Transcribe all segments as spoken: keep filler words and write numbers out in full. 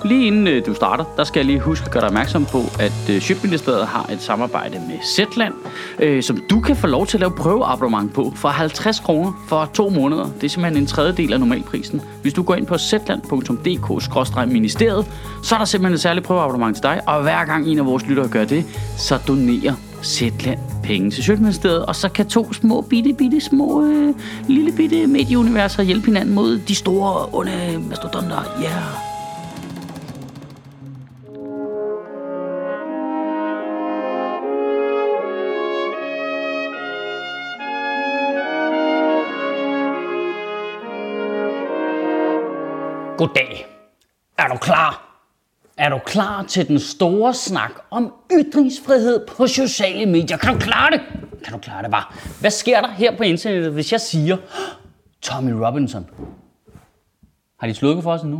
lige inden øh, du starter, der skal jeg lige huske at gøre dig opmærksom på, at øh, Sjøtministeriet har et samarbejde med Zetland, øh, som du kan få lov til at lave prøveabonnement på for halvtreds kroner for to måneder. Det er simpelthen en tredjedel af normalprisen. Hvis du går ind på zetland punktum d k skråstreg ministeriet, så er der simpelthen et særligt prøveabonnement til dig, og hver gang en af vores lyttere gør det, så donerer Zetland penge til Sjøtministeriet, og så kan to små, bitte, bitte, små, øh, lille bitte medieuniverser hjælpe hinanden mod de store, onde mastodonter. Ja. Yeah. Goddag. Er du klar? Er du klar til den store snak om ytringsfrihed på sociale medier? Kan du klare det? Kan du klare det bare? Hvad sker der her på internettet, hvis jeg siger Tommy Robinson? Har de slukket for os nu?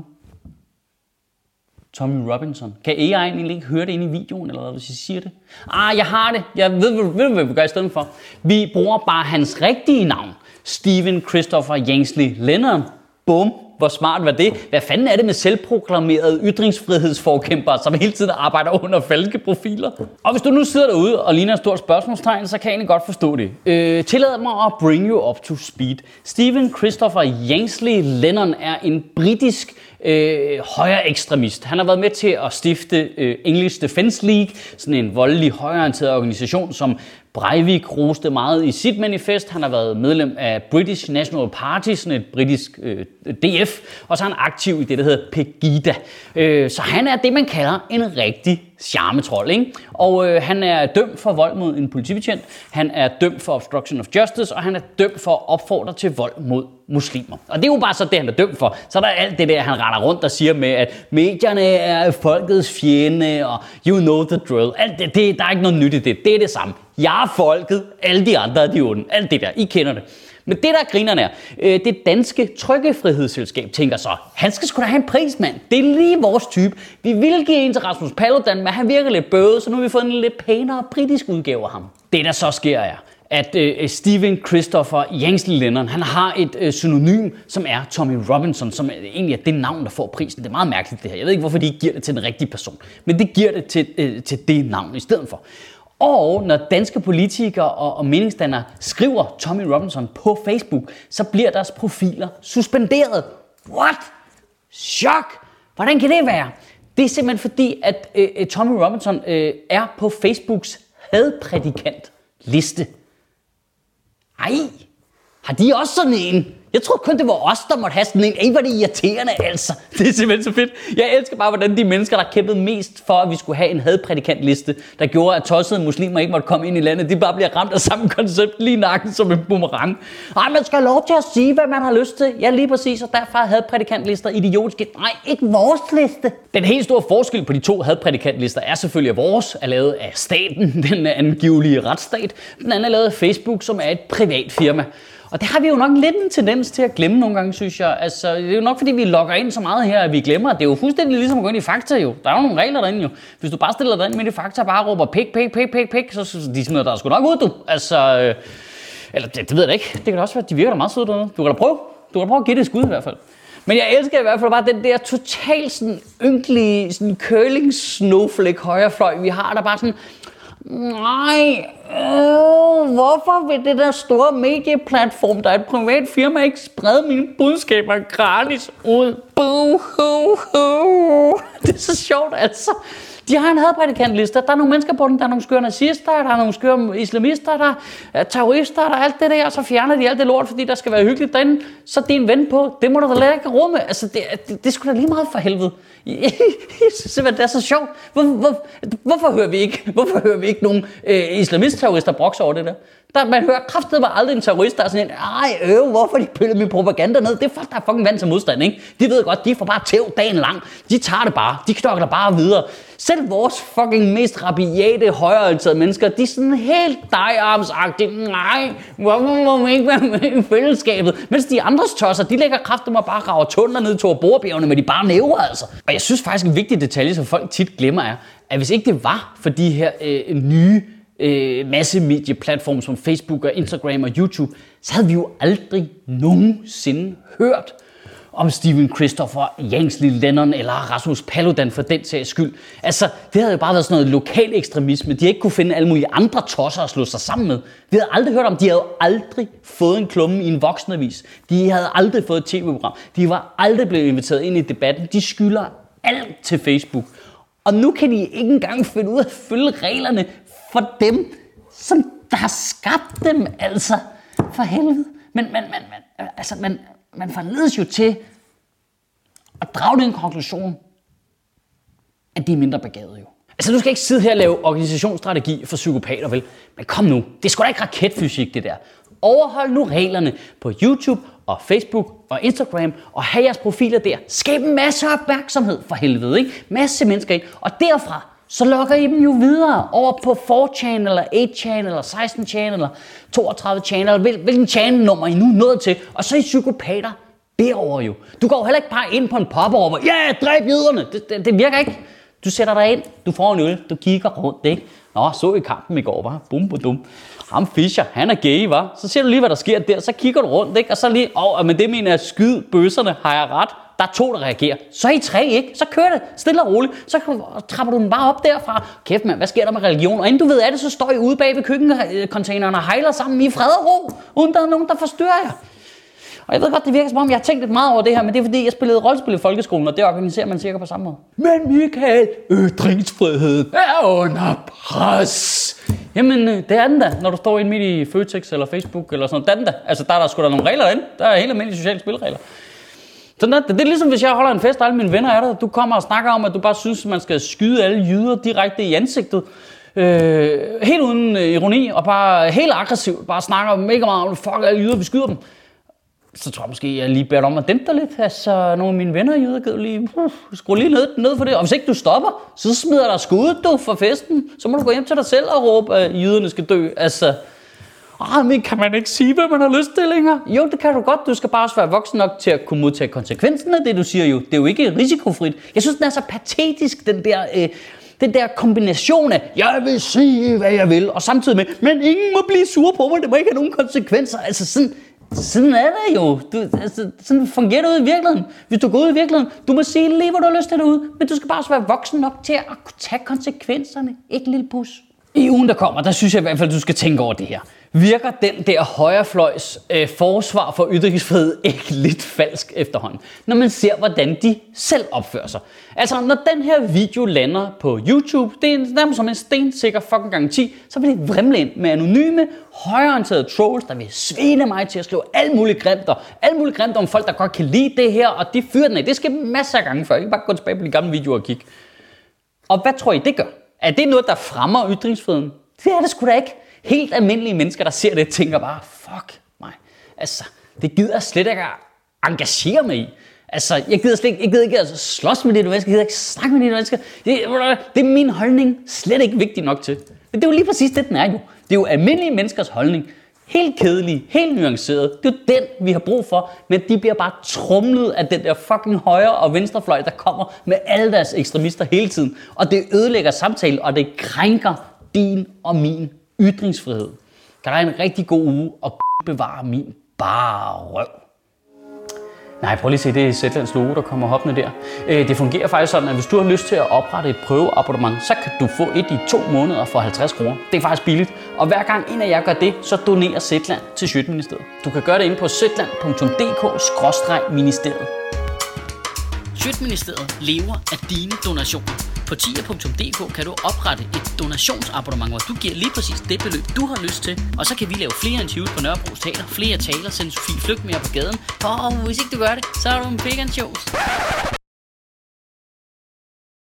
Tommy Robinson. Kan A I egentlig ikke høre det inde i videoen, eller hvad, hvis jeg siger det? Ah, jeg har det. Jeg ved, ved, hvad vi gør i stedet for. Vi bruger bare hans rigtige navn. Stephen Christopher Yangsley Lennon. Bum. Hvor smart var det? Hvad fanden er det med selvproklamerede ytringsfrihedsforkæmpere, som hele tiden arbejder under falske profiler? Og hvis du nu sidder derude og ligner et stort spørgsmålstegn, så kan jeg egentlig godt forstå det. Øh, tillad mig at bring you up to speed. Stephen Christopher Yangsley Lennon er en britisk øh, højre ekstremist. Han har været med til at stifte øh, English Defence League, sådan en voldelig højreorienteret organisation, som Breivik roste meget i sit manifest. Han har været medlem af British National Party, sådan et britisk øh, D F, og så er han aktiv i det, der hedder Pegida. Øh, så han er det, man kalder en rigtig charmetrold, ikke? Og øh, han er dømt for vold mod en politibetjent, han er dømt for obstruction of justice, og han er dømt for at opfordre til vold mod muslimer. Og det er jo bare så det, han er dømt for. Så er der alt det der, han render rundt og siger med, at medierne er folkets fjende, og you know the drill. Alt det, det, der er ikke noget nyt i det. Det er det samme. Jeg er folket, alle de andre er de onde. Alt det der, I kender det. Men det der grinerne er, øh, det danske trykkefrihedsselskab tænker så, han skal sgu da have en pris, mand. Det er lige vores type. Vi ville give en til Rasmus Paludan, men han virker lidt bøvet, så nu har vi fået en lidt pænere britisk udgave af ham. Det der så sker er, at øh, Stephen Christopher Yangsley Lennon, han har et øh, synonym, som er Tommy Robinson, som egentlig er det navn, der får prisen. Det er meget mærkeligt det her. Jeg ved ikke, hvorfor de ikke giver det til den rigtige person, men det giver det til, øh, til det navn i stedet for. Og når danske politikere og, og meningsdannere skriver Tommy Robinson på Facebook, så bliver deres profiler suspenderet. What? Chok! Hvordan kan det være? Det er simpelthen fordi, at øh, Tommy Robinson øh, er på Facebooks hadprædikant-liste. Ej, har de også sådan en? Jeg tror kun, det var os, der måtte have sådan en. Ej, hvor det irriterende, altså. Det er simpelthen så fedt. Jeg elsker bare, hvordan de mennesker, der kæmpede mest for, at vi skulle have en hadprædikantliste, der gjorde, at tossede muslimer ikke måtte komme ind i landet, de bare bliver ramt af samme koncept lige nakken som en boomerang. Ej, man skal have lov til at sige, hvad man har lyst til. Ja, lige præcis, og derfor er hadprædikantlister idiotiske. Nej, ikke vores liste. Den helt store forskel på de to hadprædikantlister er selvfølgelig, at vores er lavet af staten, den angivelige retsstat. Den anden er lavet af Facebook, som er et privat firma. Og det har vi jo nok lidt en tendens til at glemme nogle gange, synes jeg. Altså, det er jo nok, fordi vi logger ind så meget her, at vi glemmer, at det er jo fuldstændig ligesom at gå ind i Fakta jo. Der er jo nogle regler derinde jo. Hvis du bare stiller dig ind midt i Fakta og bare råber pik, pik, pik, pik, pik, så de smider dig sgu nok ud, du. Altså, øh, eller det, det ved jeg da ikke. Det kan da også være, at de virker da meget søde dernede. Du kan da prøve. Du kan da prøve at give det et skud i hvert fald. Men jeg elsker i hvert fald bare den der totalt sådan ynkelige, sådan curling snowflake højrefløj, vi har, der bare sådan, nej, øh, hvorfor vil det der store medieplatform, der er et privat firma, ikke sprede mine budskaber gratis ud? Boo-hoo-hoo. Det er så sjovt, altså. De har en hadprædikantliste. Der er nogle mennesker på den, der er nogle skøre nazister, der er nogle skøre islamister, der er terrorister, der er alt det der, og så fjerner de alt det lort, fordi der skal være hyggeligt derinde. Så det er en ven på. Det må du da lade ikke råd med. Altså, det, det, det er sgu da lige meget for helvede. Jeg synes simpelthen, det er så sjovt. Hvor, hvor, hvorfor hører vi ikke, hvorfor hører vi ikke nogen øh, islamist-terrorister brokse over det der? Der, man hører kraftedeme aldrig en terrorist, der er sådan en, ej øv, hvorfor de piller min propaganda ned? Det er folk, der er fucking vant til modstand, ikke? De ved godt, de får bare tæv dagen lang. De tager det bare. De knokler bare videre. Selv vores fucking mest rabiate, højreorienterede mennesker, de er sådan helt dejarmsagtige. Nej, hvorfor må man ikke være med i fællesskabet? Mens de andres tosser, de lægger kraftedeme og bare rager tunner ned til Borebjergene med de bare næver, altså. Og jeg synes faktisk, en vigtig detalje, som folk tit glemmer, er, at hvis ikke det var for de her øh, nye øh, massemedieplatforme som Facebook og Instagram og YouTube, så havde vi jo aldrig nogensinde hørt om Stephen Christopher, Jansly Lennon eller Rasmus Paludan for den sags skyld. Altså, det havde jo bare været sådan noget lokal ekstremisme. De havde ikke kunne finde alle mulige andre tosser at slå sig sammen med. Vi havde aldrig hørt om, de havde aldrig fået en klumme i en voksenavis. De havde aldrig fået et tv-program. De var aldrig blevet inviteret ind i debatten. De skylder alt til Facebook. Og nu kan de ikke engang finde ud af at følge reglerne for dem, som der har skabt dem, altså. For helvede. Men man, man, man, altså, man, man forledes jo til at drage den konklusion, at de er mindre begavet jo. Altså, du skal ikke sidde her og lave organisationsstrategi for psykopater, vel? Men kom nu, det er sgu da ikke raketfysik, det der. Overhold nu reglerne på YouTube og Facebook og Instagram, og have jeres profiler der. Skab en masse opmærksomhed, for helvede, ikke? Masse mennesker ind. Og derfra, så logger I dem jo videre over på fire chan, eller otte chan, eller seksten chan, eller toogtredive chan, eller hvil, hvilken channel-nummer I nu er nået til. Og så er I psykopater derovre jo. Du går jo heller ikke bare ind på en pop og råber, ja, dræb jøderne. Det, det, det virker ikke. Du sætter dig ind, du får en øl, du kigger rundt, ikke? Nå, så I kampen i går, var. Bum, bum, bum. Ham Fischer, han er gay, var. Så ser du lige, hvad der sker der, så kigger du rundt, ikke? Og så lige, åh, oh, men det mener jeg, skyd bøsserne, har jeg ret? Der er to, der reagerer. Så er I tre, ikke? Så kører det stille og roligt. Så trapper du den bare op derfra. Kæft mand, hvad sker der med religion? Og inden du ved af det, så står I ude bag ved køkkencontaineren og hejler sammen i fred og ro, uden der er nogen, der forstyrrer jer. Og jeg ved godt, det virker som om, jeg har tænkt lidt meget over det her, men det er fordi, jeg spillede rollespil i folkeskolen, og det organiserer man cirka på samme måde. Men Michael, ytringsfriheden er under pres. Jamen, det er den da, når du står inde midt i Føtex eller Facebook eller sådan noget. Det er den da. Altså, der er der sgu da nogle regler derinde. Der er helt almindelige sociale spilregler. Sådan det, det er ligesom, hvis jeg holder en fest, og alle mine venner er der, du kommer og snakker om, at du bare synes, at man skal skyde alle jyder direkte i ansigtet. Øh, helt uden ironi, og bare helt aggressivt, bare snakker mega meget om, fuck alle jyder, vi skyder dem. Så tror jeg måske, jeg lige beder om at dæmpe dig lidt. Altså, nogle af mine venner jyder gider lige, uh, skru lige ned, ned for det. Og hvis ikke du stopper, så smider der skuddet, du, for festen. Så må du gå hjem til dig selv og råbe, at jyderne skal dø. Altså, ah, men kan man ikke sige, hvad man har lyst til længere? Jo, det kan du godt. Du skal bare også være voksen nok til at kunne modtage konsekvensen af det, du siger jo. Det er jo ikke risikofrit. Jeg synes, den er så patetisk, den der... Øh, Den der kombination af, jeg vil sige, hvad jeg vil, og samtidig med, men ingen må blive sur på mig, det må ikke have nogen konsekvenser. Altså sådan, sådan er det jo. Du, altså, sådan fungerer det ude i virkeligheden. Hvis du går ud i virkeligheden, du må sige lige, hvor du har lyst til derude, men du skal bare også være voksen nok til at kunne tage konsekvenserne. Ikke lille pus. I ugen, der kommer, der synes jeg i hvert fald, du skal tænke over det her. Virker den der højrefløjs øh, forsvar for ytringsfrihed ikke lidt falsk efterhånden, når man ser, hvordan de selv opfører sig? Altså, når den her video lander på YouTube, det er nærmest som en stensikker fucking garanti, så vil det vrimle ind med anonyme, højreorienterede trolls, der vil svine mig til at skrive alt muligt grimt, og alt muligt grimt om folk, der godt kan lide det her, og de fyrer den af. Det skal masser af gange før. I kan bare gå tilbage på de gamle videoer og kigge. Og hvad tror I, det gør? Er det noget, der fremmer ytringsfriheden? Det er det sgu da ikke. Helt almindelige mennesker, der ser det, tænker bare, fuck mig. Altså, det gider jeg slet ikke at engagere mig i. Altså, jeg gider slet ikke, jeg gider ikke at slås med de mennesker, jeg gider ikke snakke med de mennesker. Det, det er min holdning slet ikke vigtig nok til. Men det er jo lige præcis det, den er jo. Det er jo almindelige menneskers holdning. Helt kedelig, helt nuanceret. Det er jo den, vi har brug for, men de bliver bare tromlet af den der fucking højre- og venstrefløj, der kommer med alle deres ekstremister hele tiden. Og det ødelægger samtalen, og det krænker din og min ytringsfrihed. Kan der en rigtig god uge og bevare min bare røv. Nej, prøv lige at se, det er Zetlands logo, der kommer hoppende der. Det fungerer faktisk sådan, at hvis du har lyst til at oprette et prøveabonnement, så kan du få et i to måneder for halvtreds kroner. Det er faktisk billigt. Og hver gang en af jer gør det, så donerer Zetland til Sjøtministeriet. Du kan gøre det inde på zetland punktum d k skråstreg ministeriet. Sjøtministeriet lever af dine donationer. På tier punktum d k kan du oprette et donationsabonnement, hvor du giver lige præcis det beløb, du har lyst til. Og så kan vi lave flere interviews på Nørrebros Teater, flere taler, sende Sofie Flygt mere på gaden. Og hvis ikke du gør det, så er du en big and shows.